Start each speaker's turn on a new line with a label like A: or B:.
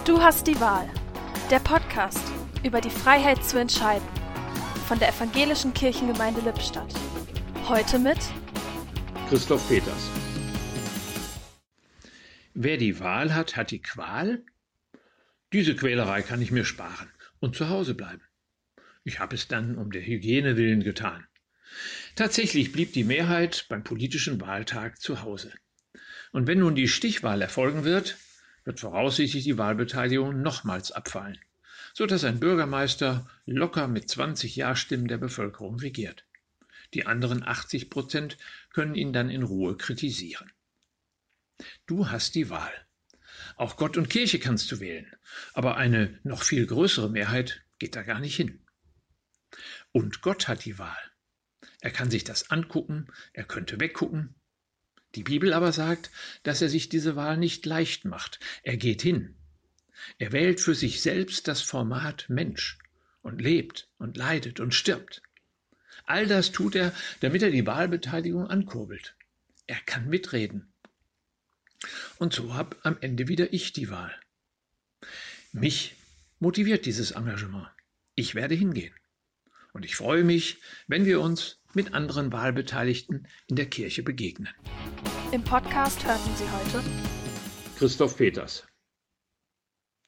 A: Du hast die Wahl. Der Podcast über die Freiheit zu entscheiden. Von der Evangelischen Kirchengemeinde Lippstadt. Heute mit
B: Christoph Peters. Wer die Wahl hat, hat die Qual? Diese Quälerei kann ich mir sparen und zu Hause bleiben. Ich habe es dann um der Hygiene willen getan. Tatsächlich blieb die Mehrheit beim politischen Wahltag zu Hause. Und wenn nun die Stichwahl erfolgen wird voraussichtlich die Wahlbeteiligung nochmals abfallen, sodass ein Bürgermeister locker mit 20 Ja-Stimmen der Bevölkerung regiert. Die anderen 80% können ihn dann in Ruhe kritisieren. Du hast die Wahl. Auch Gott und Kirche kannst du wählen, aber eine noch viel größere Mehrheit geht da gar nicht hin. Und Gott hat die Wahl. Er kann sich das angucken, er könnte weggucken. Die Bibel aber sagt, dass er sich diese Wahl nicht leicht macht. Er geht hin. Er wählt für sich selbst das Format Mensch und lebt und leidet und stirbt. All das tut er, damit er die Wahlbeteiligung ankurbelt. Er kann mitreden. Und so habe am Ende wieder ich die Wahl. Mich motiviert dieses Engagement. Ich werde hingehen. Und ich freue mich, wenn wir uns mit anderen Wahlbeteiligten in der Kirche begegnen.
A: im Podcast hörten Sie heute
B: Christoph Peters.